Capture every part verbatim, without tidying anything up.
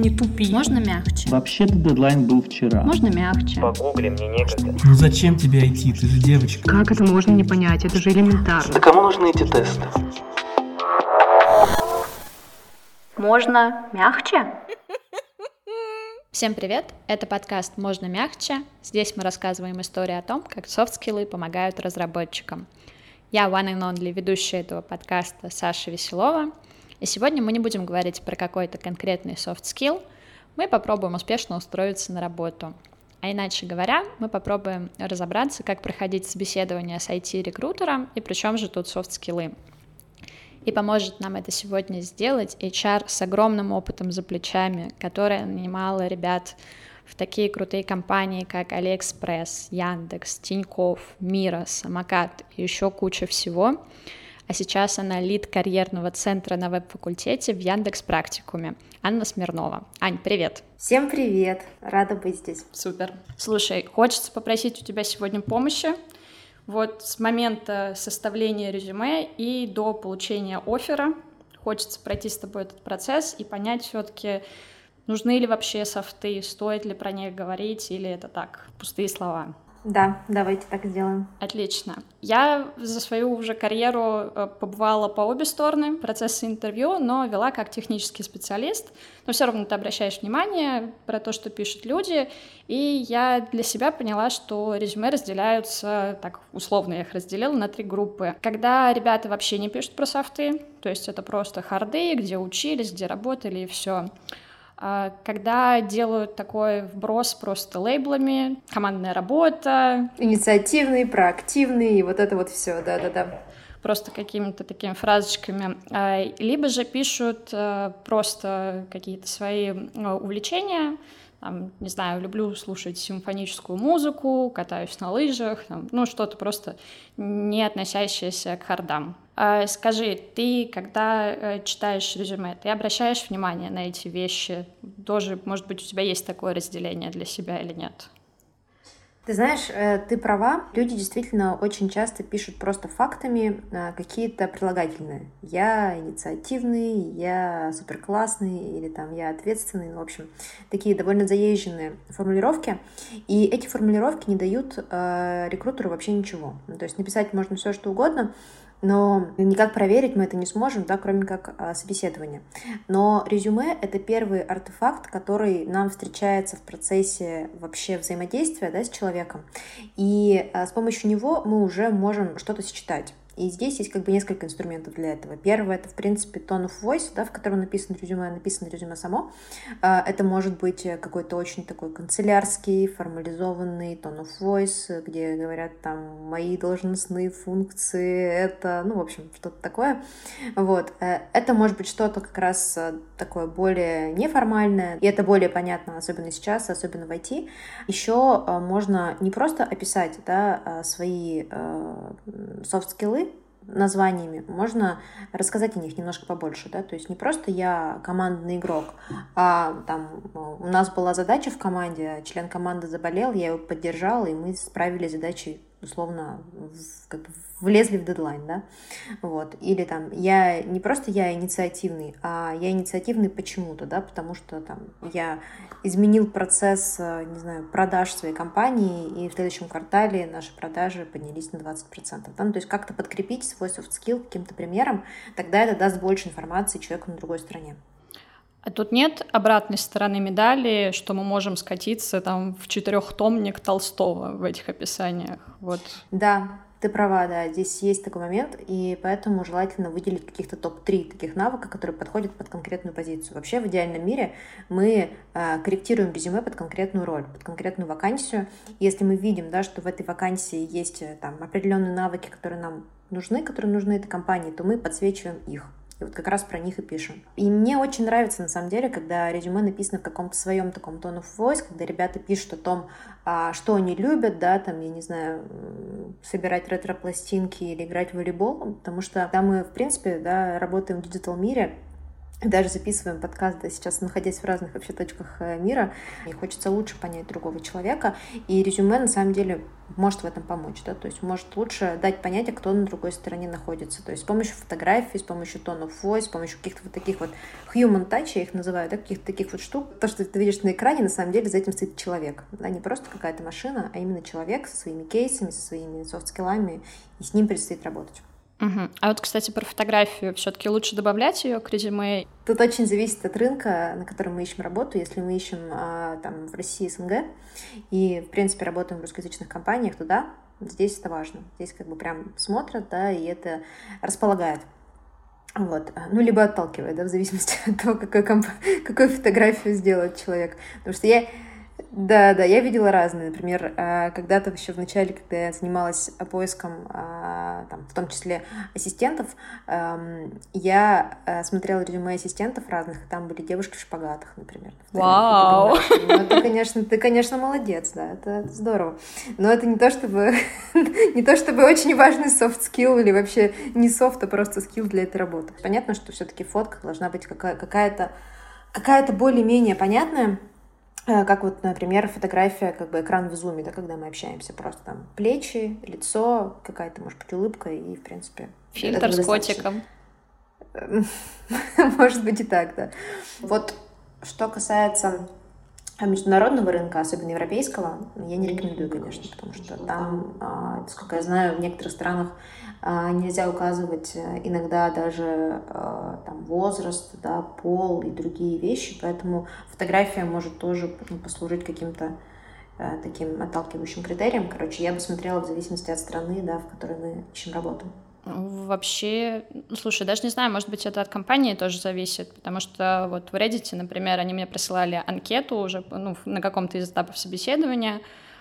Не тупи. Можно мягче? Вообще-то дедлайн был вчера. Можно мягче? Погугли, мне некогда. Ну зачем тебе ай ти? Ты же девочка. Как это можно не понять? Это же элементарно. Да кому нужны эти тесты? Можно мягче? Всем привет! Это подкаст «Можно мягче». Здесь мы рассказываем истории о том, как софт-скиллы помогают разработчикам. Я one and only ведущая этого подкаста Саша Веселова. И сегодня мы не будем говорить про какой-то конкретный софт-скилл, мы попробуем успешно устроиться на работу. А иначе говоря, мы попробуем разобраться, как проходить собеседование с ай ти-рекрутером и при чем же тут софт-скиллы. И поможет нам это сегодня сделать эйч ар с огромным опытом за плечами, которая нанимала ребят в такие крутые компании, как Алиэкспресс, Яндекс, Тинькофф, Мира, Самокат и еще куча всего. А сейчас она лид карьерного центра на веб-факультете в Яндекс.Практикуме. Анна Смирнова. Ань, привет! Всем привет! Рада быть здесь. Супер! Слушай, хочется попросить у тебя сегодня помощи. Вот с момента составления резюме и до получения оффера хочется пройти с тобой этот процесс и понять все-таки, нужны ли вообще софты, стоит ли про них говорить, или это так, пустые слова. Да, давайте так сделаем. Отлично. Я за свою уже карьеру побывала по обе стороны процесса интервью, но вела как технический специалист. Но все равно ты обращаешь внимание про то, что пишут люди. И я для себя поняла, что резюме разделяются, так условно я их разделила на три группы. Когда ребята вообще не пишут про софты, то есть это просто харды, где учились, где работали и все. Когда делают такой вброс просто лейблами, командная работа. Инициативный, проактивный, и вот это вот все, да-да-да. Просто какими-то такими фразочками. Либо же пишут просто какие-то свои увлечения. Там, не знаю, люблю слушать симфоническую музыку, катаюсь на лыжах, там, ну, что-то просто не относящееся к хардам. А, скажи, ты, когда читаешь резюме, ты обращаешь внимание на эти вещи? Тоже, может быть, у тебя есть такое разделение для себя или нет? Ты знаешь, ты права, люди действительно очень часто пишут просто фактами какие-то прилагательные. Я инициативный, я суперклассный, или там я ответственный, ну, в общем, такие довольно заезженные формулировки. И эти формулировки не дают э, рекрутеру вообще ничего. Ну, то есть написать можно все, что угодно, но никак проверить мы это не сможем, да, кроме как а, собеседования. Но резюме — это первый артефакт, который нам встречается в процессе вообще взаимодействия, да, с человеком, и а, с помощью него мы уже можем что-то сочетать. И здесь есть как бы несколько инструментов для этого. Первое — это, в принципе, tone of voice, да, в котором написано резюме, написано резюме само. Это может быть какой-то очень такой канцелярский, формализованный tone of voice, где говорят там «мои должностные функции», это, ну, в общем, что-то такое. Вот. Это может быть что-то как раз такое более неформальное, и это более понятно, особенно сейчас, особенно в ай ти. Еще можно не просто описать, да, свои софт-скиллы названиями, можно рассказать о них немножко побольше, да, то есть не просто я командный игрок, а там у нас была задача в команде, член команды заболел, я его поддержала, и мы справились с задачей, условно, в, как бы влезли в дедлайн, да, вот, или там я, не просто я инициативный, а я инициативный почему-то, да, потому что там я изменил процесс, не знаю, продаж своей компании, и в следующем квартале наши продажи поднялись на двадцать процентов, да? Ну, то есть как-то подкрепить свой софт-скилл каким-то примером, тогда это даст больше информации человеку на другой стороне. А тут нет обратной стороны медали, что мы можем скатиться там в четырехтомник Толстого в этих описаниях, вот. Да. Ты права, да, здесь есть такой момент, и поэтому желательно выделить каких-то топ три таких навыка, которые подходят под конкретную позицию. Вообще в идеальном мире мы э, корректируем резюме под конкретную роль, под конкретную вакансию. Если мы видим, да, что в этой вакансии есть там определенные навыки, которые нам нужны, которые нужны этой компании, то мы подсвечиваем их. И вот как раз про них и пишем. И мне очень нравится, на самом деле, когда резюме написано в каком-то своем таком tone of voice, когда ребята пишут о том, что они любят, да, там, я не знаю, собирать ретро-пластинки или играть в волейбол, потому что когда мы, в принципе, да, работаем в диджитал-мире, даже записываем подкаст, да, сейчас находясь в разных вообще точках мира, мне хочется лучше понять другого человека, и резюме на самом деле может в этом помочь, да, то есть может лучше дать понятие, кто на другой стороне находится, то есть с помощью фотографий, с помощью tone of voice, с помощью каких-то вот таких вот human touch, я их называю, да, каких-то таких вот штук, то, что ты видишь на экране, на самом деле за этим стоит человек, да, не просто какая-то машина, а именно человек со своими кейсами, со своими софт-скиллами, и с ним предстоит работать. Угу. А вот, кстати, про фотографию. Все-таки лучше добавлять ее к резюме? Тут очень зависит от рынка, на котором мы ищем работу. Если мы ищем а, там в России, СНГ, и, в принципе, работаем в русскоязычных компаниях, то да, здесь это важно. Здесь как бы прям смотрят, да, и это располагает. Вот. Ну, либо отталкивает, да, в зависимости от того, какой комп... какую фотографию сделает человек. Потому что я... Да, да, я видела разные. Например, когда-то еще в начале, когда я занималась поиском, там, в том числе ассистентов, я смотрела резюме ассистентов разных, и там были девушки в шпагатах, например. Вау! Ну, ты, конечно, ты, конечно, молодец, да, это, это здорово. Но это не то, чтобы не то, чтобы очень важный софт-скилл или вообще не софт, а просто скилл для этой работы. Понятно, что все-таки фотка должна быть какая- какая-то какая-то более-менее понятная, как вот, например, фотография, как бы экран в зуме, да, когда мы общаемся, просто там плечи, лицо, какая-то, может быть, улыбка и, в принципе... Фильтр с котиком. Может быть и так, да. Вот что касается международного рынка, особенно европейского, я не рекомендую, конечно, потому что там, насколько я знаю, в некоторых странах нельзя указывать иногда даже там, возраст, да, пол и другие вещи, поэтому фотография может тоже послужить каким-то таким отталкивающим критерием. Короче, я бы смотрела в зависимости от страны, да, в которой мы ищем работу. Вообще, ну, слушай, даже не знаю, может быть, это от компании тоже зависит, потому что вот в Reddit, например, они мне присылали анкету уже, ну, на каком-то из этапов собеседования,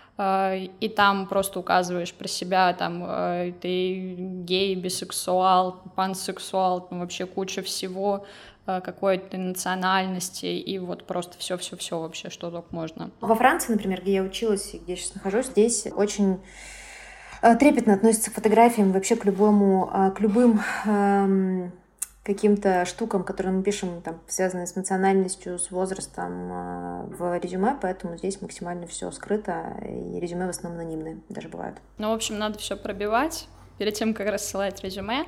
и там просто указываешь про себя, там, ты гей, бисексуал, пансексуал, там вообще куча всего, какой ты национальности, и вот просто все-все-все вообще, что только можно. Во Франции, например, где я училась и где я сейчас нахожусь, здесь очень трепетно относятся к фотографиям, вообще к любому, к любым эм, каким-то штукам, которые мы пишем, там, связанные с национальностью, с возрастом э, в резюме, поэтому здесь максимально все скрыто, и резюме в основном анонимные даже бывают. Ну, в общем, надо все пробивать перед тем, как рассылать резюме,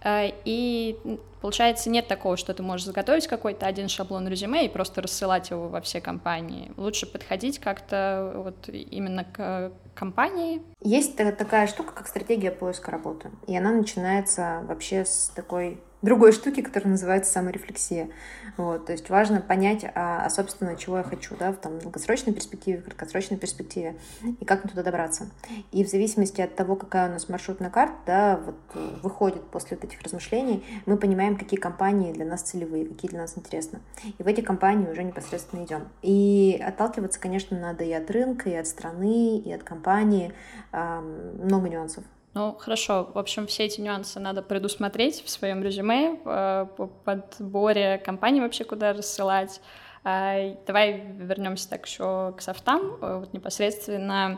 и получается нет такого, что ты можешь заготовить какой-то один шаблон резюме и просто рассылать его во все компании. Лучше подходить как-то вот именно к компании. Есть такая штука, как стратегия поиска работы, и она начинается вообще с такой другой штуки, которая называется саморефлексия. Вот, то есть важно понять, а, а собственно, чего я хочу, да, в там, долгосрочной перспективе, в краткосрочной перспективе, и как мне туда добраться. И в зависимости от того, какая у нас маршрутная карта, да, вот, выходит после вот этих размышлений, мы понимаем, какие компании для нас целевые, какие для нас интересны. И в эти компании уже непосредственно идем. И отталкиваться, конечно, надо и от рынка, и от страны, и от компании. Эм, много нюансов. Ну, хорошо. В общем, все эти нюансы надо предусмотреть в своем резюме, по подборе компаний вообще, куда рассылать. Давай вернемся так еще к софтам. Вот непосредственно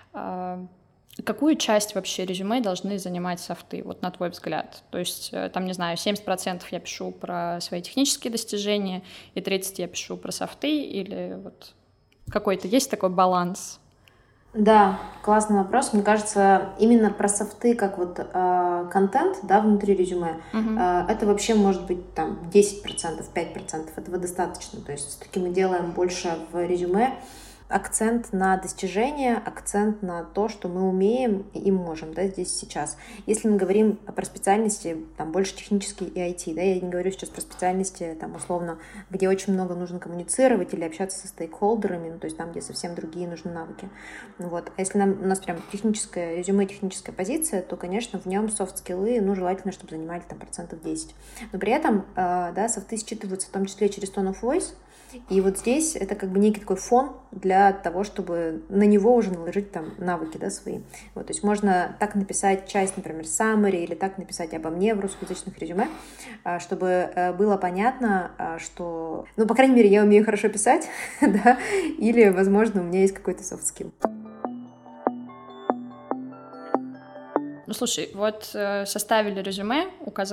какую часть вообще резюме должны занимать софты, вот на твой взгляд? То есть, там, не знаю, семьдесят процентов я пишу про свои технические достижения, и тридцать процентов я пишу про софты, или вот какой-то есть такой баланс? Да, классный вопрос. Мне кажется, именно про софты, как вот э, контент, да, внутри резюме, uh-huh. э, это вообще может быть там десять процентов, пять процентов. Этого достаточно. То есть все-таки мы делаем больше в резюме акцент на достижения, акцент на то, что мы умеем и можем, да, здесь сейчас. Если мы говорим про специальности, там, больше технические и ай ти, да, я не говорю сейчас про специальности, там, условно, где очень много нужно коммуницировать или общаться со стейкхолдерами, ну, то есть там, где совсем другие нужны навыки. Вот. А если нам, у нас прям техническое резюме, техническая позиция, то, конечно, в нем софт-скиллы, ну, желательно, чтобы занимали там процентов десять. Но при этом, э, да, софты считываются в том числе через tone of voice, и вот здесь это как бы некий такой фон для того, чтобы на него уже наложить там навыки, да, свои. Вот, то есть можно так написать часть, например, summary, или так написать обо мне в русскоязычных резюме, чтобы было понятно, что, ну, по крайней мере, я умею хорошо писать, да, или, возможно, у меня есть какой-то soft skill. Ну, слушай, вот э, составили резюме,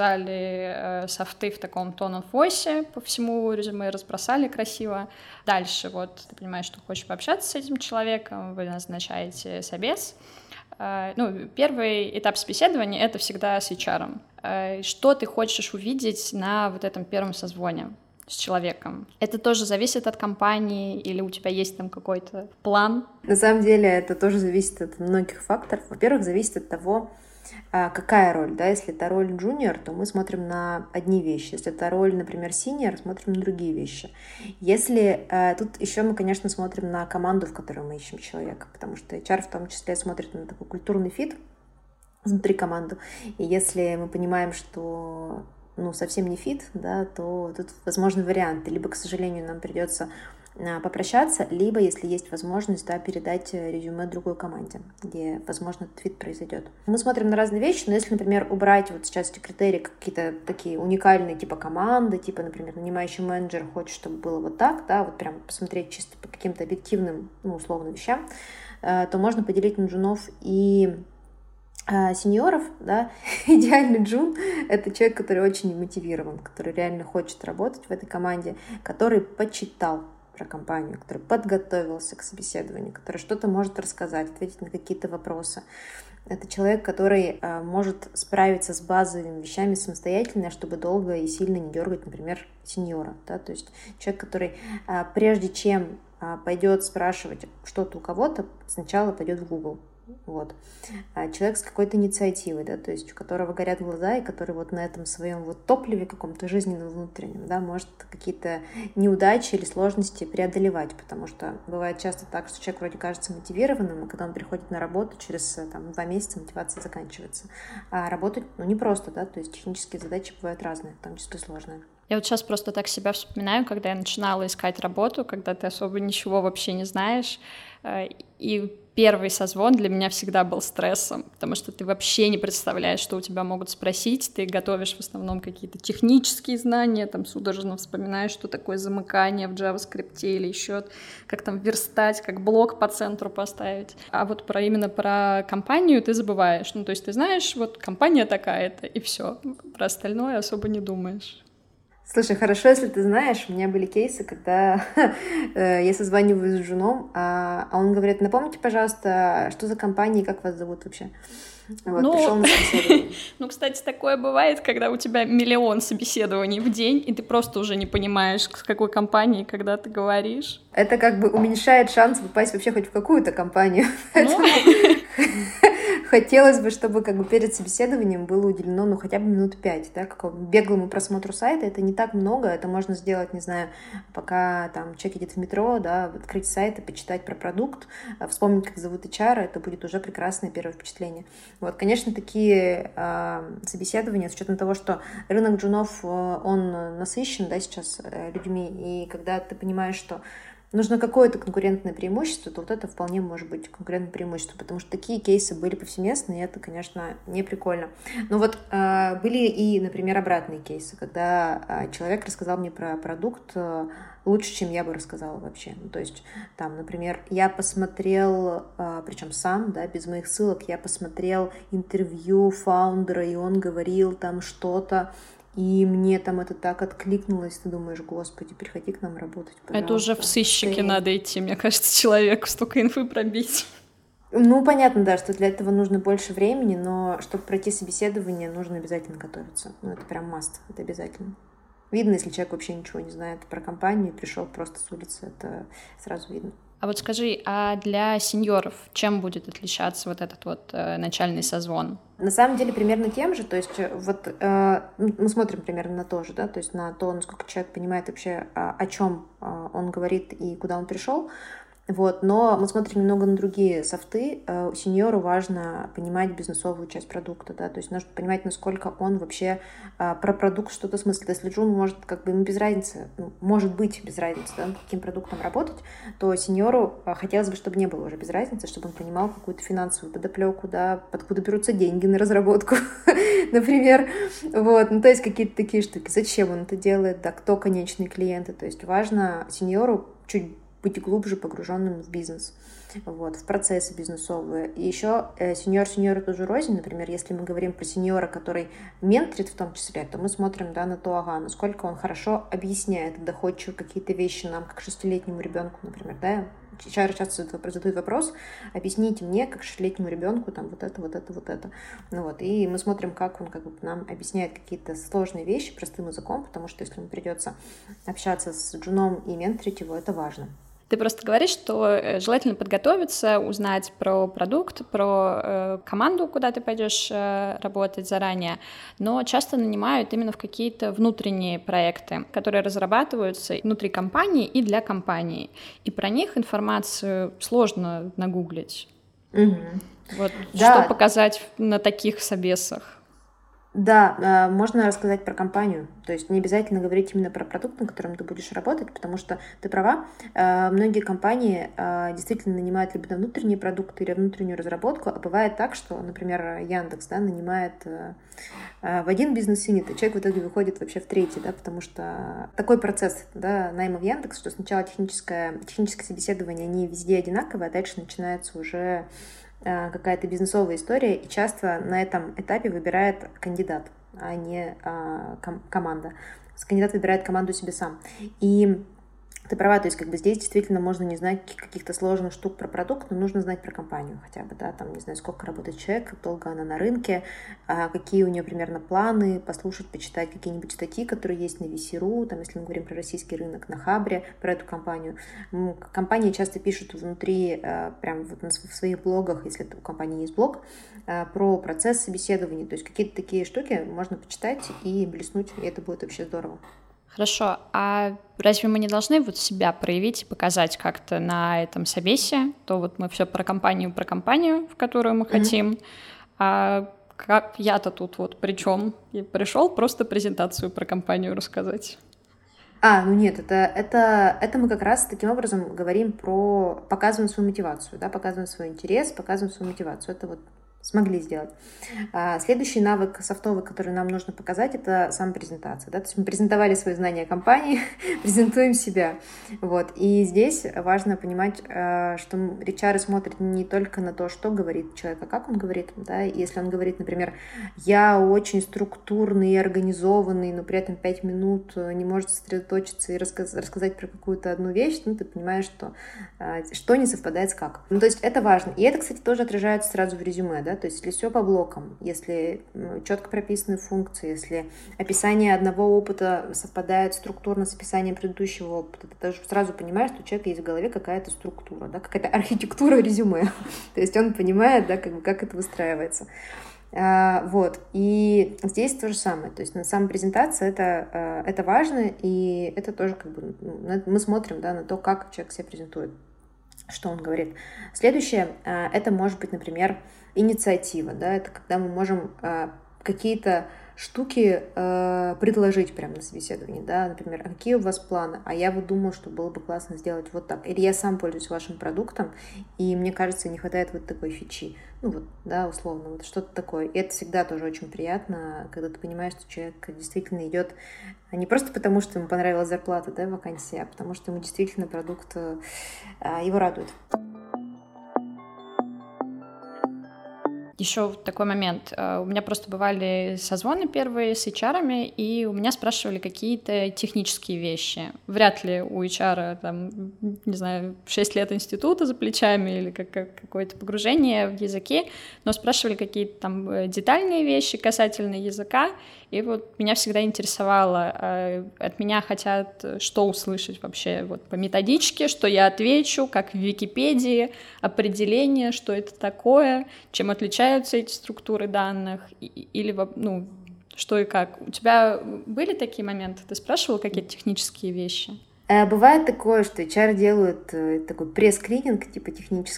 указали э, софты в таком tone of voice, по всему резюме разбросали красиво. Дальше вот ты понимаешь, что хочешь пообщаться с этим человеком, вы назначаете собес. Э, ну, первый этап собеседования — это всегда с эйч ар. Э, что ты хочешь увидеть на вот этом первом созвоне с человеком? Это тоже зависит от компании или у тебя есть там какой-то план? На самом деле это тоже зависит от многих факторов. Во-первых, зависит от того, какая роль, да, если это роль джуниор, то мы смотрим на одни вещи, если это роль, например, синьор, смотрим на другие вещи. Если тут еще мы, конечно, смотрим на команду, в которой мы ищем человека, потому что эйч ар в том числе смотрит на такой культурный фит внутри команды, и если мы понимаем, что ну, совсем не фит, да, то тут возможны варианты. Либо, к сожалению, нам придется попрощаться, либо, если есть возможность, да, передать резюме другой команде, где, возможно, этот фит произойдет. Мы смотрим на разные вещи, но если, например, убрать вот сейчас эти критерии, какие-то такие уникальные, типа команды, типа, например, нанимающий менеджер хочет, чтобы было вот так, да, вот прям посмотреть чисто по каким-то объективным, ну, условно, вещам, то можно поделить на джунов и сеньоров, да, идеальный джун — это человек, который очень мотивирован, который реально хочет работать в этой команде, который почитал про компанию, который подготовился к собеседованию, который что-то может рассказать, ответить на какие-то вопросы. Это человек, который а, может справиться с базовыми вещами самостоятельно, чтобы долго и сильно не дергать, например, сеньора. Да? То есть человек, который а, прежде чем а, пойдет спрашивать что-то у кого-то, сначала пойдет в Google. Вот. А человек с какой-то инициативой, да, то есть у которого горят глаза, и который вот на этом своем вот топливе каком-то жизненном внутреннем, да, может какие-то неудачи или сложности преодолевать, потому что бывает часто так, что человек вроде кажется мотивированным, а когда он приходит на работу, через там, два месяца мотивация заканчивается. А работать, ну, не просто, да, то есть технические задачи бывают разные, в том числе сложные. Я вот сейчас просто так себя вспоминаю, когда я начинала искать работу, когда ты особо ничего вообще не знаешь, и первый созвон для меня всегда был стрессом, потому что ты вообще не представляешь, что у тебя могут спросить, ты готовишь в основном какие-то технические знания, там судорожно вспоминаешь, что такое замыкание в JavaScript или еще как там верстать, как блок по центру поставить. А вот про именно про компанию ты забываешь, ну то есть ты знаешь, вот компания такая-то, и все, про остальное особо не думаешь. Слушай, хорошо, если ты знаешь, у меня были кейсы, когда я созваниваюсь с джуном, а он говорит: напомните, пожалуйста, что за компания и как вас зовут вообще? Вот, ну, пришел на собеседование. Ну, кстати, такое бывает, когда у тебя миллион собеседований в день, и ты просто уже не понимаешь, с какой компанией, когда ты говоришь. Это как бы уменьшает шанс попасть вообще хоть в какую-то компанию. Ну... Хотелось бы, чтобы как бы перед собеседованием было уделено, ну, хотя бы минут пять, да, к беглому просмотру сайта. Это не так много, это можно сделать, не знаю, пока там человек идет в метро, да, открыть сайт и почитать про продукт, вспомнить, как зовут эйч ар, это будет уже прекрасное первое впечатление. Вот, конечно, такие э, собеседования, с учетом того, что рынок джунов, он насыщен, да, сейчас э, людьми, и когда ты понимаешь, что нужно какое-то конкурентное преимущество, то вот это вполне может быть конкурентное преимущество, потому что такие кейсы были повсеместно, и это, конечно, не прикольно. Но вот э, были и, например, обратные кейсы, когда э, человек рассказал мне про продукт э, лучше, чем я бы рассказала вообще. Ну, то есть, там, например, я посмотрел, э, причем сам, да, без моих ссылок, я посмотрел интервью фаундера, и он говорил там что-то, и мне там это так откликнулось, ты думаешь: господи, приходи к нам работать, пожалуйста. Это уже в сыщике ты... надо идти, мне кажется, человеку столько инфы пробить. Ну, понятно, да, что для этого нужно больше времени, но чтобы пройти собеседование, нужно обязательно готовиться. Ну, это прям must, это обязательно. Видно, если человек вообще ничего не знает про компанию и пришел просто с улицы, это сразу видно. А вот скажи, а для сеньоров чем будет отличаться вот этот вот э, начальный созвон? На самом деле примерно тем же, то есть вот э, мы смотрим примерно на то же, да, то есть на то, насколько человек понимает вообще, о чем он говорит и куда он пришел. Вот, но мы смотрим немного на другие софты. Сеньору важно понимать бизнесовую часть продукта, да, то есть нужно понимать, насколько он вообще а, про продукт что-то смыслит. Если джун может, как бы ему без разницы, ну, может быть без разницы, да, каким продуктом работать, то сеньору а, хотелось бы, чтобы не было уже без разницы, чтобы он понимал какую-то финансовую подоплеку, да, откуда берутся деньги на разработку, например, вот, ну, то есть какие-то такие штуки. Зачем он это делает, да, кто конечные клиенты, то есть важно сеньору чуть быть глубже погруженным в бизнес, вот, в процессы бизнесовые. И еще сеньор сеньору тоже рознь. Например, если мы говорим про сеньора, который менторит в том числе, то мы смотрим, да, на то, ага, насколько он хорошо объясняет доходчиво какие-то вещи нам, как шестилетнему ребенку, например, да. эйч ар часто задают вопрос: объясните мне, как шестилетнему ребенку, там, вот это, вот это, вот это. Ну, вот, и мы смотрим, как он как бы нам объясняет какие-то сложные вещи простым языком, потому что если ему придется общаться с джуном и менторить его, это важно. Ты просто говоришь, что желательно подготовиться, узнать про продукт, про э, команду, куда ты пойдешь э, работать заранее, но часто нанимают именно в какие-то внутренние проекты, которые разрабатываются внутри компании и для компании. И про них информацию сложно нагуглить. Угу. Вот, да. Что показать на таких собесах? Да, можно рассказать про компанию, то есть не обязательно говорить именно про продукт, на котором ты будешь работать, потому что ты права, многие компании действительно нанимают либо на внутренние продукты или внутреннюю разработку, а бывает так, что, например, Яндекс, да, нанимает в один бизнес-юнит, а человек в итоге выходит вообще в третий, да, потому что такой процесс, да, найма в Яндекс, что сначала техническое, техническое собеседование, они везде одинаковые, а дальше начинается уже какая-то бизнесовая история, и часто на этом этапе выбирает кандидат, а не а, ком- команда. Кандидат выбирает команду себе сам. И ты права, то есть как бы здесь действительно можно не знать каких-то сложных штук про продукт, но нужно знать про компанию хотя бы, да, там, не знаю, сколько работает человек, как долго она на рынке, а, какие у нее примерно планы, послушать, почитать какие-нибудь статьи, которые есть на ви си точка ру, там, если мы говорим про российский рынок, на Хабре, про эту компанию. Компании часто пишут внутри, а, прям вот в своих блогах, если у компании есть блог, а, про процесс собеседования, то есть какие-то такие штуки можно почитать и блеснуть, и это будет вообще здорово. Хорошо, а разве мы не должны вот себя проявить и показать как-то на этом собесе? То вот мы все про компанию, про компанию, в которую мы mm-hmm. хотим, а как я-то тут вот при чем? Я пришел просто презентацию про компанию рассказать. А, ну нет, это, это, это мы как раз таким образом говорим про... Показываем свою мотивацию, да, показываем свой интерес, показываем свою мотивацию. Это вот смогли сделать. А, следующий навык софтовый, который нам нужно показать, это самопрезентация. Да? То есть мы презентовали свои знания о компании, презентуем себя. Вот. И здесь важно понимать, что эйч ар смотрит не только на то, что говорит человек, а как он говорит. Да? Если он говорит, например, я очень структурный и организованный, но при этом пять минут не может сосредоточиться и рассказ- рассказать про какую-то одну вещь, ну, ты понимаешь, что, что не совпадает с как. Ну, то есть это важно. И это, кстати, тоже отражается сразу в резюме, да? То есть если все по блокам, если четко прописаны функции, если описание одного опыта совпадает структурно с описанием предыдущего опыта, ты даже сразу понимаешь, что у человека есть в голове какая-то структура, да, какая-то архитектура резюме. То есть он понимает, да, как бы, как это выстраивается. А, вот. И здесь то же самое. То есть на самопрезентация это, это важно, и это тоже как бы мы смотрим, да, на то, как человек себя презентует, что он говорит. Следующее, это может быть, например, инициатива, да, это когда мы можем э, какие-то штуки э, предложить прямо на собеседовании, да, например, а какие у вас планы, а я вот думала, что было бы классно сделать вот так, или я сам пользуюсь вашим продуктом, и мне кажется, не хватает вот такой фичи, ну вот, да, условно, вот что-то такое, и это всегда тоже очень приятно, когда ты понимаешь, что человек действительно идет не просто потому, что ему понравилась зарплата, да, вакансия, а потому что ему действительно продукт э, его радует. Еще такой момент. У меня просто бывали созвоны первые с эйч ар-ами, и у меня спрашивали какие-то технические вещи. Вряд ли у эйч ар, там, не знаю, шесть лет института за плечами или как, как, какое-то погружение в языки, но спрашивали какие-то там детальные вещи касательно языка, и вот меня всегда интересовало, от меня хотят что услышать вообще вот по методичке, что я отвечу, как в Википедии, определение, что это такое, чем отличаются эти структуры данных, или, ну, что и как. У тебя были такие моменты? Ты спрашивал какие-то технические вещи? Бывает такое, что эйч ар делают такой пресс-скрининг, типа технический,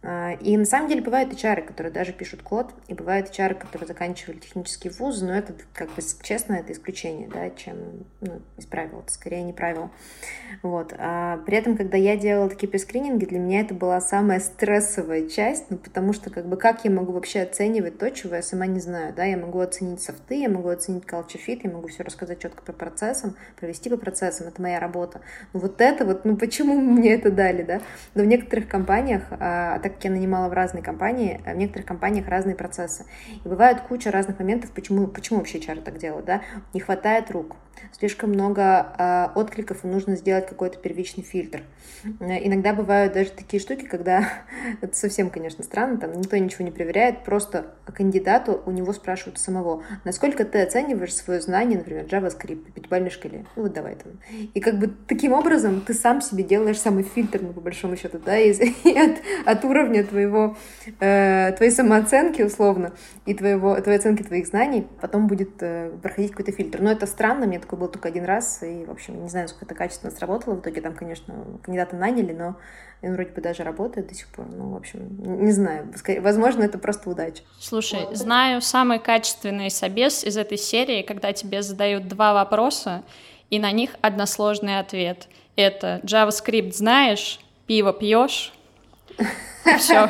И на самом деле бывают эйч ар, которые даже пишут код, и бывают эйч ар, которые заканчивали технические вузы, но это, как бы, честно, это исключение, да, чем, ну, из правил, это скорее не правило. Вот. А при этом, когда я делала такие прескрининги, для меня это была самая стрессовая часть, ну, потому что, как бы, как я могу вообще оценивать то, чего я сама не знаю, да, я могу оценить софты, я могу оценить culture fit, я могу все рассказать четко по процессам, провести по процессам, это моя работа. Но вот это вот, ну, почему мне это дали, да? Но в некоторых компаниях, а так как я нанимала в разные компании, в некоторых компаниях разные процессы. И бывает куча разных моментов, почему, почему вообще эйч ар так делают, да? Не хватает рук, слишком много э, откликов, и нужно сделать какой-то первичный фильтр. Иногда бывают даже такие штуки, когда, это совсем, конечно, странно, там никто ничего не проверяет, просто кандидату у него спрашивают самого, насколько ты оцениваешь свое знание, например, JavaScript по пятибалльной шкале. Ну вот давай там. И как бы таким образом ты сам себе делаешь самый фильтр, ну, по большому счету, да, из, и от, от уровня твоего, э, твоей самооценки, условно, и твоего, твоей оценки твоих знаний потом будет э, проходить какой-то фильтр. Но это странно, мне такое было только один раз, и, в общем, не знаю, сколько это качественно сработало. В итоге там, конечно, кандидата наняли, но он вроде бы даже работает до сих пор. Ну, в общем, не знаю. Возможно, это просто удача. Слушай, знаю самый качественный собес из этой серии, когда тебе задают два вопроса, и на них односложный ответ. Это JavaScript знаешь, пиво пьешь? Все.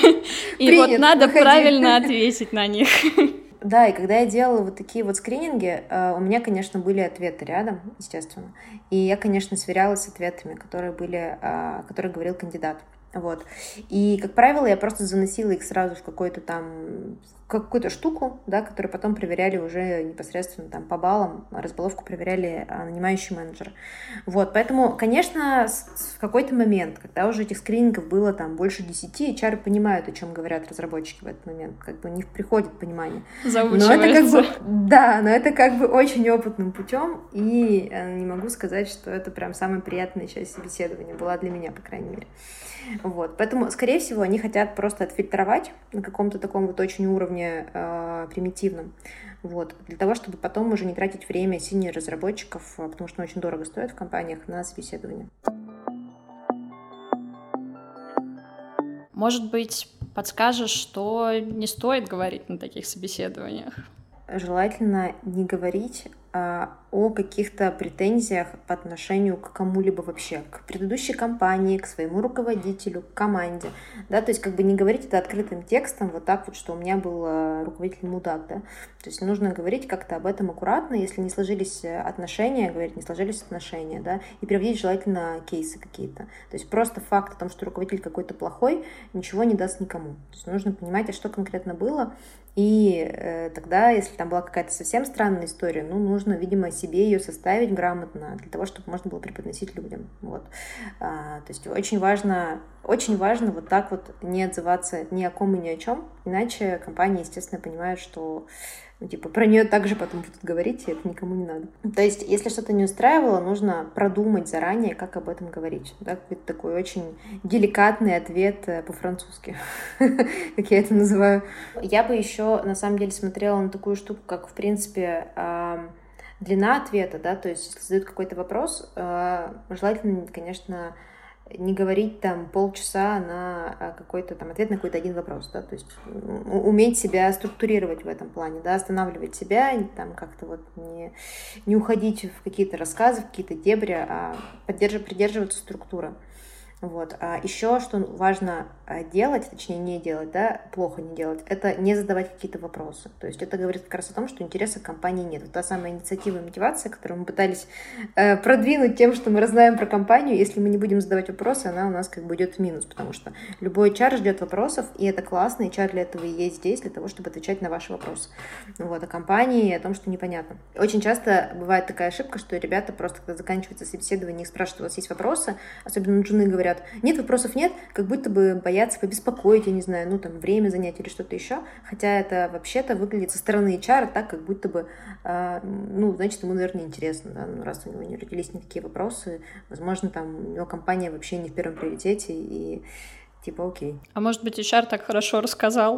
И вот надо правильно ответить на них. Да, и когда я делала вот такие вот скрининги, у меня, конечно, были ответы рядом, естественно. И я, конечно, сверялась с ответами, которые были, которые говорил кандидат. Вот. И, как правило, я просто заносила их сразу в какой-то там какую-то штуку, да, которую потом проверяли уже непосредственно там по баллам, разбаловку проверяли а, нанимающий менеджер. Вот, поэтому, конечно, с, в какой-то момент, когда уже этих скринингов было там больше десяти, эйч ар понимают, о чем говорят разработчики в этот момент, как бы у них приходит понимание. Заучивается. Но это как бы, да, но это как бы очень опытным путем, и не могу сказать, что это прям самая приятная часть собеседования была для меня, по крайней мере. Вот, поэтому, скорее всего, они хотят просто отфильтровать на каком-то таком вот очень уровне э, примитивном, вот, для того, чтобы потом уже не тратить время синьор-разработчиков, потому что очень дорого стоит в компаниях, на собеседование. Может быть, подскажешь, что не стоит говорить на таких собеседованиях? Желательно не говорить а, о каких-то претензиях по отношению к кому-либо вообще, к предыдущей компании, к своему руководителю, к команде, да, то есть как бы не говорить это открытым текстом, вот так вот, что у меня был а, руководитель мудак, да, то есть нужно говорить как-то об этом аккуратно, если не сложились отношения, говорить, не сложились отношения, да, и приводить желательно кейсы какие-то, то есть просто факт о том, что руководитель какой-то плохой, ничего не даст никому, то есть нужно понимать, а что конкретно было. И э, тогда, если там была какая-то совсем странная история, ну, нужно, видимо, себе ее составить грамотно, для того, чтобы можно было преподносить людям. Вот. А, то есть очень важно, очень важно вот так вот не отзываться ни о ком и ни о чем, иначе компания, естественно, понимает, что ну, типа, про нее также потом будут говорить, и это никому не надо. То есть, если что-то не устраивало, нужно продумать заранее, как об этом говорить. Да? Какой-то такой очень деликатный ответ по-французски, как я это называю. Я бы еще, на самом деле, смотрела на такую штуку, как, в принципе, длина ответа, да, то есть, если задают какой-то вопрос, желательно, конечно, не говорить там полчаса на какой-то там ответ на какой-то один вопрос, да, то есть уметь себя структурировать в этом плане, да, останавливать себя, там как-то вот не, не уходить в какие-то рассказы, в какие-то дебри, а поддерживать, придерживаться структуры. Вот. А еще, что важно делать, точнее не делать, да, плохо не делать, это не задавать какие-то вопросы. То есть это говорит как раз о том, что интереса к компании нет. Вот та самая инициатива и мотивация, которую мы пытались э, продвинуть тем, что мы раззнаем про компанию, если мы не будем задавать вопросы, она у нас как бы идет в минус, потому что любой эйч ар ждет вопросов, и это классно, эйч ар для этого и есть здесь, для того, чтобы отвечать на ваши вопросы. Вот. О компании, о том, что непонятно. Очень часто бывает такая ошибка, что ребята просто, когда заканчивается собеседование, их спрашивают, у вас есть вопросы, особенно джуны говорят, нет, вопросов нет, как будто бы боятся побеспокоить, я не знаю, ну, там, время занять или что-то еще, хотя это вообще-то выглядит со стороны эйч ар так, как будто бы, э, ну, значит, ему, наверное, интересно, да, ну, раз у него не родились никакие вопросы, возможно, там, у него компания вообще не в первом приоритете, и типа, окей. А может быть, эйч ар так хорошо рассказал,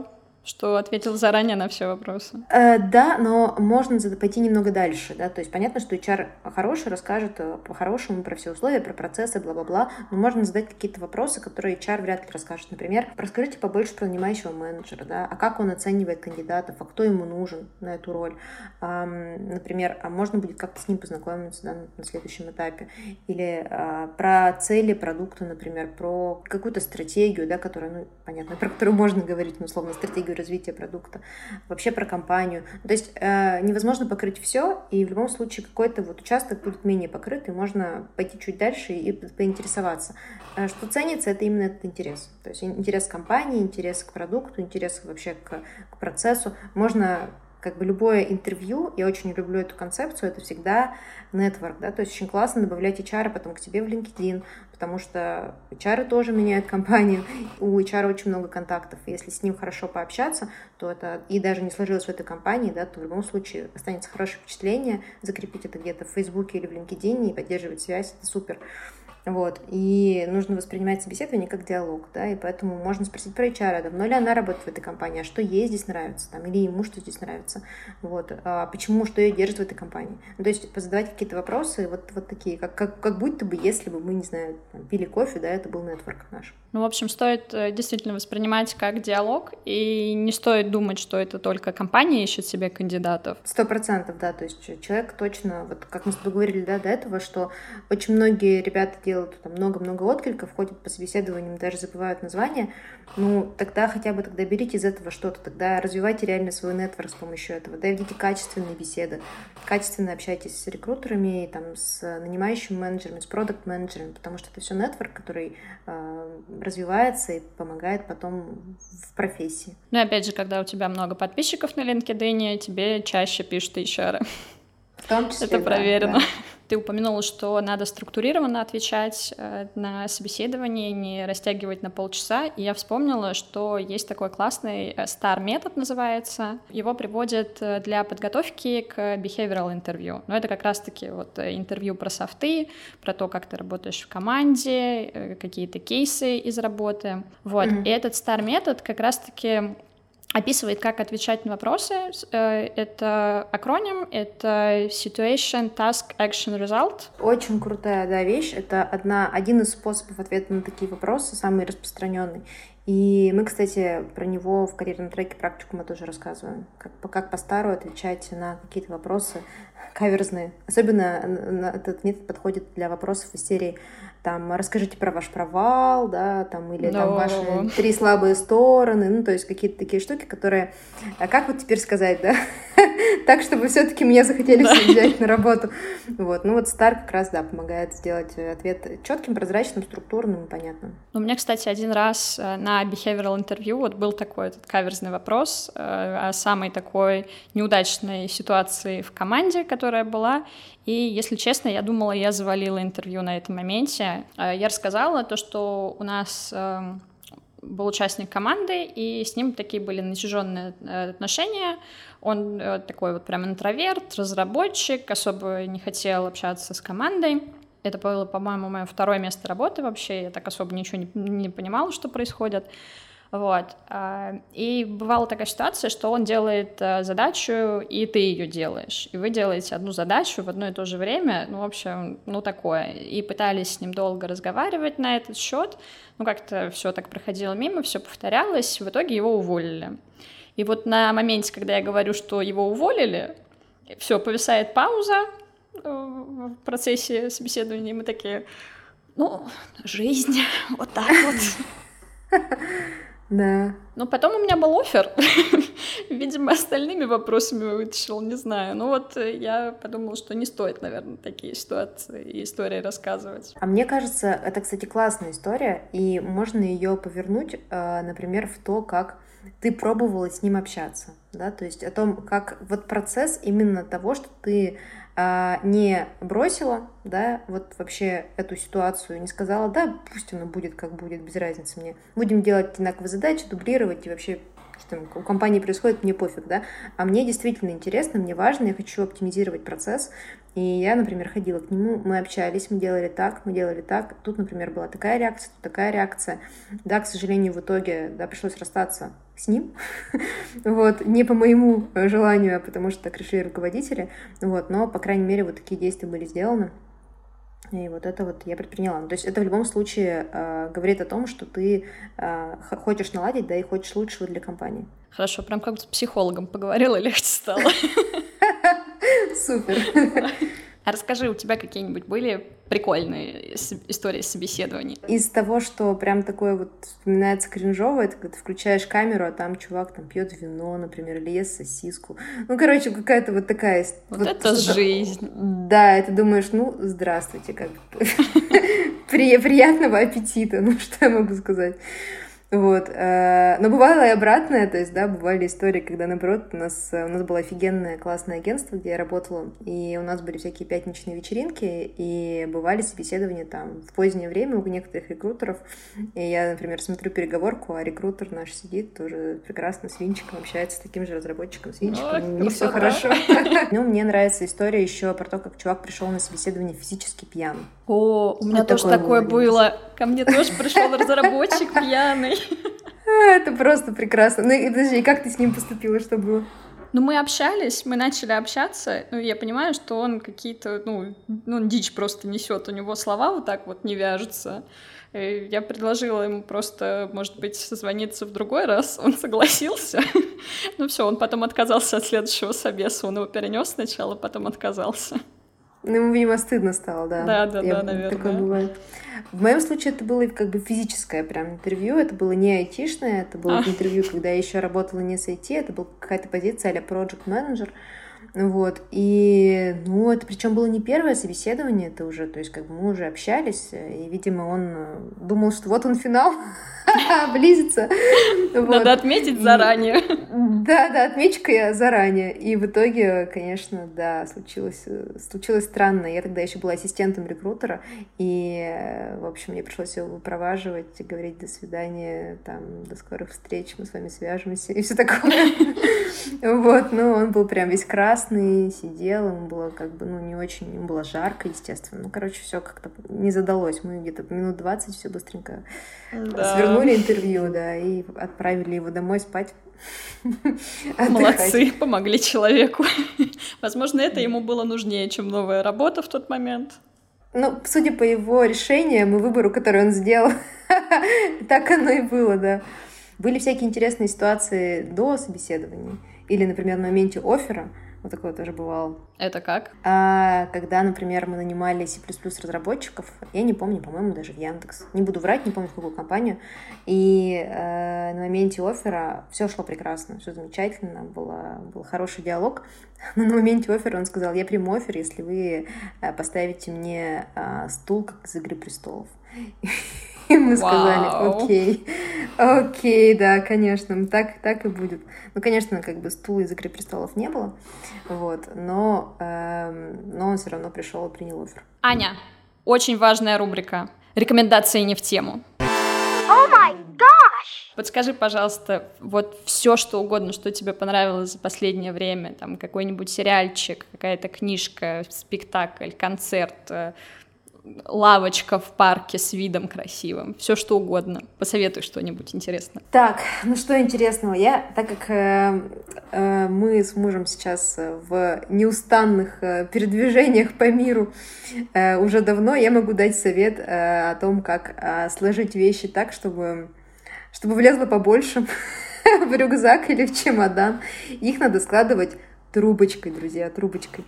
что ответил заранее на все вопросы. Э, да, но можно пойти немного дальше, да, то есть понятно, что эйч ар хороший, расскажет по-хорошему про все условия, про процессы, бла-бла-бла, но можно задать какие-то вопросы, которые эйч ар вряд ли расскажет. Например, расскажите побольше про нанимающего менеджера, да, а как он оценивает кандидатов, а кто ему нужен на эту роль, а, например, а можно будет как-то с ним познакомиться, да, на следующем этапе, или а, про цели продукта, например, про какую-то стратегию, да, которая, ну, понятно, про которую можно говорить, ну, условно, стратегию развития продукта, вообще про компанию. То есть э, невозможно покрыть все, и в любом случае какой-то вот участок будет менее покрыт, и можно пойти чуть дальше и поинтересоваться. Э, что ценится, это именно этот интерес. То есть интерес к компании, интерес к продукту, интерес вообще к, к процессу. Можно как бы любое интервью, я очень люблю эту концепцию, это всегда нетворк, да, то есть очень классно добавлять эйч ар потом к тебе в LinkedIn, потому что эйч ар тоже меняют компанию, у эйч ар очень много контактов, и если с ним хорошо пообщаться, то это, и даже не сложилось в этой компании, да, то в любом случае останется хорошее впечатление, закрепить это где-то в Фейсбуке или в LinkedIn и поддерживать связь, это супер. Вот. И нужно воспринимать собеседование как диалог, да, и поэтому можно спросить про эйч ар, а давно ли она работает в этой компании, а что ей здесь нравится, там, или ему что здесь нравится, вот, а почему, что ее держит в этой компании. Ну, то есть позадавать какие-то вопросы, вот, вот такие, как, как, как будто бы, если бы мы, не знаю, там, пили кофе, да, это был нетворк наш. Ну, в общем, стоит действительно воспринимать как диалог, и не стоит думать, что это только компания ищет себе кандидатов. Сто процентов, да, то есть человек точно, вот как мы с тобой говорили, да, до этого, что очень многие ребята делают там много-много откликов, ходят по собеседованиям, даже забывают название, ну, тогда хотя бы тогда берите из этого что-то, тогда развивайте реально свой нетворк с помощью этого, да, ведите качественные беседы, качественно общайтесь с рекрутерами, там, с нанимающими менеджерами, с продакт-менеджерами, потому что это все нетворк, который э, развивается и помогает потом в профессии. Ну и опять же, когда у тебя много подписчиков на LinkedIn, тебе чаще пишут эйч ар. В том числе, это проверено. Да, да. Ты упомянула, что надо структурированно отвечать на собеседование, не растягивать на полчаса. И я вспомнила, что есть такой классный стар-метод, называется. Его приводят для подготовки к behavioral интервью. Но это как раз-таки вот интервью про софты, про то, как ты работаешь в команде, какие-то кейсы из работы. Вот. Mm-hmm. И этот стар-метод как раз-таки описывает, как отвечать на вопросы. Это акроним, это Situation, Task, Action, Result. Очень крутая, да, вещь. Это одна, один из способов ответа на такие вопросы, самый распространенный. И мы, кстати, про него в карьерном треке практикума тоже рассказываем. Как, как по-стару отвечать на какие-то вопросы каверзные. Особенно этот метод подходит для вопросов из серии там, расскажите про ваш провал, да, там, или там, ваши три слабые стороны, ну, то есть какие-то такие штуки, которые, а как вот теперь сказать, да, так, чтобы все-таки меня захотели да. взять на работу, вот, ну, вот Стар как раз, да, помогает сделать ответ четким, прозрачным, структурным и понятным. У меня, кстати, один раз на behavioral интервью вот был такой этот каверзный вопрос о самой такой неудачной ситуации в команде, которая была. И, если честно, я думала, я завалила интервью на этом моменте. Я рассказала то, что у нас был участник команды, и с ним такие были натяженные отношения. Он такой вот прям интроверт, разработчик, особо не хотел общаться с командой. Это было, по-моему, мое второе место работы вообще. Я так особо ничего не, не понимала, что происходит. Вот. И бывала такая ситуация, что он делает задачу, и ты ее делаешь. И вы делаете одну задачу в одно и то же время. Ну, в общем, ну такое. И пытались с ним долго разговаривать на этот счет. Ну, как-то все так проходило мимо, все повторялось. В итоге его уволили. И вот на моменте, когда я говорю, что его уволили, все, повисает пауза в процессе собеседования, и мы такие, ну, жизнь, вот так вот. Да. Но потом у меня был оффер. Видимо, остальными вопросами вытащил, не знаю. Ну вот я подумала, что не стоит, наверное, такие ситуации и истории рассказывать. А мне кажется, это, кстати, классная история, и можно ее повернуть, например, в то, как ты пробовала с ним общаться, да, то есть о том, как вот процесс именно того, что ты а, не бросила, да, вот вообще эту ситуацию, не сказала, да, пусть оно будет как будет, без разницы мне, будем делать одинаковые задачи, дублировать и вообще что там у компании происходит, мне пофиг, да, а мне действительно интересно, мне важно, я хочу оптимизировать процесс, и я, например, ходила к нему, мы общались, мы делали так, мы делали так, тут, например, была такая реакция, тут такая реакция, да, к сожалению, в итоге, да, пришлось расстаться с ним, вот, не по моему желанию, а потому что так решили руководители, вот, но, по крайней мере, вот такие действия были сделаны. И вот это вот я предприняла. То есть это в любом случае э, говорит о том, что ты э, хочешь наладить, да, и хочешь лучшего для компании. Хорошо, прям как с психологом поговорила, легче стало. Супер. А расскажи, у тебя какие-нибудь были прикольные истории собеседований? Из того, что прям такое вот вспоминается кринжово, это когда ты включаешь камеру, а там чувак там пьет вино, например, или ест сосиску. Ну, короче, какая-то вот такая... Вот, вот это жизнь. Да, и ты думаешь, ну, здравствуйте, как приятного аппетита, ну, что я могу сказать. Вот. Но бывало и обратное, то есть, да, бывали истории, когда, наоборот, у нас, у нас было офигенное классное агентство, где я работала, и у нас были всякие пятничные вечеринки, и бывали собеседования там в позднее время у некоторых рекрутеров, и я, например, смотрю переговорку, а рекрутер наш сидит тоже прекрасно с Винчиком, общается с таким же разработчиком, с Винчиком, у них все хорошо. Ну, мне нравится история еще про то, как чувак пришел на собеседование физически пьяный. О, у меня тоже такое было. Ко мне тоже пришел разработчик пьяный. Это просто прекрасно. Ну и подожди, как ты с ним поступила, что было? Ну, мы общались, мы начали общаться, ну, я понимаю, что он какие-то, ну, ну, дичь просто несет, у него слова вот так вот не вяжутся. И я предложила ему просто, может быть, созвониться в другой раз, он согласился. Ну все, он потом отказался от следующего собеса, он его перенес сначала, потом отказался. Ну, ему, видимо, стыдно стало, да. Да, да, я, да, наверное. Такое бывает. В моем случае это было как бы физическое прям интервью, это было не айтишное, это было а. интервью, когда я еще работала не с ай ти, это была какая-то позиция а-ля project manager. Вот, и, ну, это причем было не первое собеседование, это уже, то есть, как бы мы уже общались, и, видимо, он думал, что вот он финал, близится. Надо отметить заранее. Да, да, отмечу-ка я заранее. И в итоге, конечно, да, случилось, случилось странно. Я тогда еще была ассистентом рекрутера, и, в общем, мне пришлось его выпроваживать, говорить до свидания, там, до скорых встреч, мы с вами свяжемся, и все такое. Вот, ну, он был прям весь красный, сидел, ему было как бы, ну, не очень, ему было жарко, естественно. Ну, короче, все как-то не задалось. Мы где-то минут двадцать все быстренько да. свернули интервью, да, и отправили его домой спать. Молодцы, помогли человеку. Возможно, это ему было нужнее, чем новая работа в тот момент. Ну, судя по его решениям и выбору, который он сделал, так оно и было, да. Были всякие интересные ситуации до собеседования. Или, например, на моменте оффера. Вот такое тоже бывало. Это как? А, когда, например, мы нанимали C++ разработчиков, я не помню, по-моему, даже в Яндекс. Не буду врать, не помню, в какую компанию. И э, на моменте оффера все шло прекрасно, все замечательно, было, был хороший диалог. Но на моменте оффера он сказал: я приму оффер, если вы поставите мне э, стул, как из «Игры престолов». И мы сказали: окей, окей, да, конечно, так, так и будет. Ну, конечно, как бы стула из «Игры престолов» не было, вот, но, эм, но он все равно пришел и принял оффер. Аня, очень важная рубрика. Рекомендации не в тему. Oh my gosh! Подскажи, пожалуйста, вот все, что угодно, что тебе понравилось за последнее время, там какой-нибудь сериальчик, какая-то книжка, спектакль, концерт, лавочка в парке с видом красивым, все что угодно. Посоветуй что-нибудь интересное. Так, ну что интересного? Я, так как э, э, мы с мужем сейчас в неустанных э, передвижениях по миру э, уже давно, я могу дать совет э, о том, как э, сложить вещи так, чтобы, чтобы влезло побольше в рюкзак или в чемодан. Их надо складывать трубочкой, друзья, трубочкой.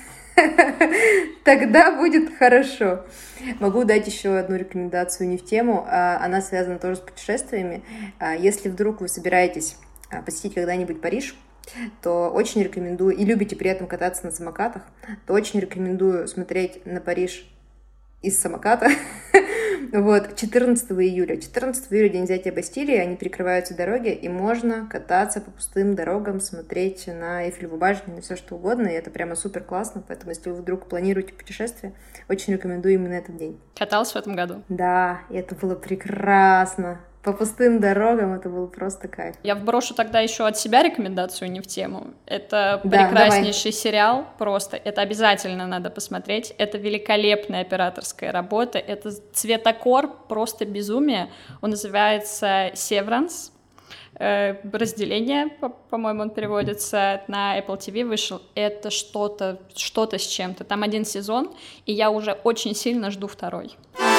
Тогда будет хорошо. Могу дать еще одну рекомендацию не в тему. Она связана тоже с путешествиями. Если вдруг вы собираетесь посетить когда-нибудь Париж, то очень рекомендую, и любите при этом кататься на самокатах, то очень рекомендую смотреть на Париж из самоката. Вот, четырнадцатого июля. четырнадцатого июля, день взятия Бастилии, они перекрываются дороги, и можно кататься по пустым дорогам, смотреть на Эйфелеву башню, на все что угодно, и это прямо супер классно, поэтому если вы вдруг планируете путешествие, очень рекомендую именно этот день. Каталась в этом году? Да, и это было прекрасно. по пустым дорогам, это был просто кайф. Я вброшу тогда еще от себя рекомендацию не в тему. Это Да, прекраснейший сериал, просто это обязательно надо посмотреть. Это великолепная операторская работа, это цветокор, просто безумие. Он называется «Severance». Разделение, по-моему, он переводится, на Apple ти ви вышел. Это что-то, что-то с чем-то. Там один сезон, и я уже очень сильно жду второй.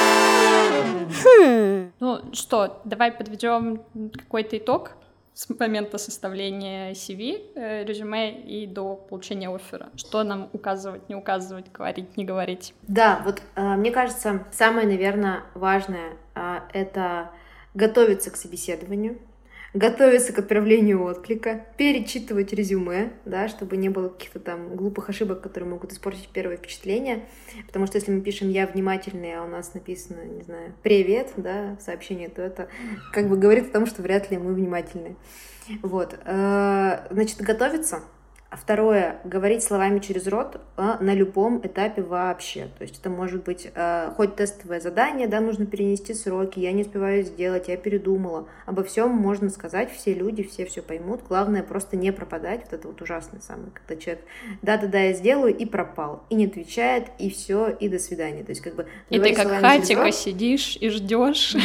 Ну что, давай подведем какой-то итог с момента составления си ви, резюме и до получения оффера. Что нам указывать, не указывать, говорить, не говорить? Да, вот мне кажется, самое, наверное, важное — это готовиться к собеседованию, готовиться к отправлению отклика, перечитывать резюме, да, чтобы не было каких-то там глупых ошибок, которые могут испортить первое впечатление, потому что если мы пишем «я внимательный», а у нас написано, не знаю, «привет», да, в сообщении, то это как бы говорит о том, что вряд ли мы внимательны. Вот, значит, готовиться. А второе, говорить словами через рот а, на любом этапе вообще. То есть это может быть а, хоть тестовое задание, да, нужно перенести сроки, я не успеваю сделать, я передумала. Обо всем можно сказать, все люди, все все поймут. Главное просто не пропадать. Вот это вот ужасное самое, когда человек да-да-да, я сделаю, и пропал. И не отвечает, и все, и до свидания. То есть как бы... И ты как хатика сидишь и ждешь.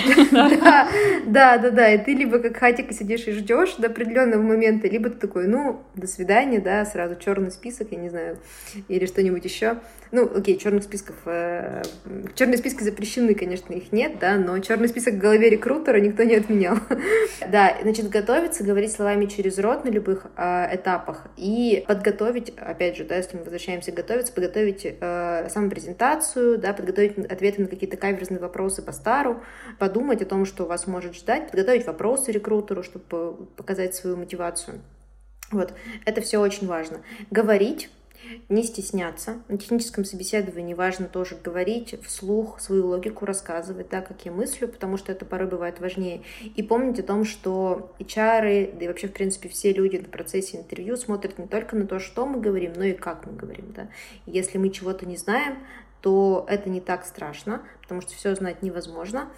Да-да-да, и ты либо как хатика сидишь и ждешь до определенного момента, либо ты такой, ну, до свидания, да, сразу черный список, я не знаю, или что-нибудь еще. Ну, окей, черных списков, э, черные списки запрещены, конечно, их нет, да, но черный список в голове рекрутера никто не отменял. Да, значит, готовиться, говорить словами через рот на любых э, этапах и подготовить, опять же, да, если мы возвращаемся готовиться, подготовить э, самопрезентацию, да, подготовить ответы на какие-то каверзные вопросы по стару, подумать о том, что вас может ждать, подготовить вопросы рекрутеру, чтобы показать свою мотивацию. Вот, это все очень важно. Говорить, не стесняться. На техническом собеседовании важно тоже говорить вслух, свою логику рассказывать, да, как я мыслю, потому что это порой бывает важнее. И помнить о том, что эйч ар, да и вообще, в принципе, все люди на процессе интервью смотрят не только на то, что мы говорим, но и как мы говорим, да. Если мы чего-то не знаем, то это не так страшно, потому что все знать невозможно.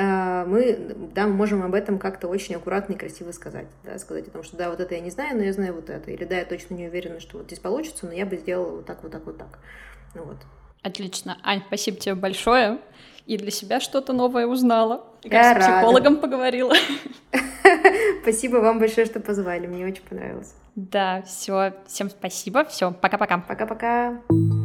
Мы, да, мы можем об этом как-то очень аккуратно и красиво сказать. Да, сказать о том, что да, вот это я не знаю, но я знаю вот это. Или да, я точно не уверена, что вот здесь получится, но я бы сделала вот так, вот так, вот так. Ну, вот. Отлично. Ань, спасибо тебе большое. И для себя что-то новое узнала. И как Я с психологом рада. поговорила. Спасибо вам большое, что позвали. Мне очень понравилось. Да, все. Всем спасибо. Все, пока-пока. Пока-пока.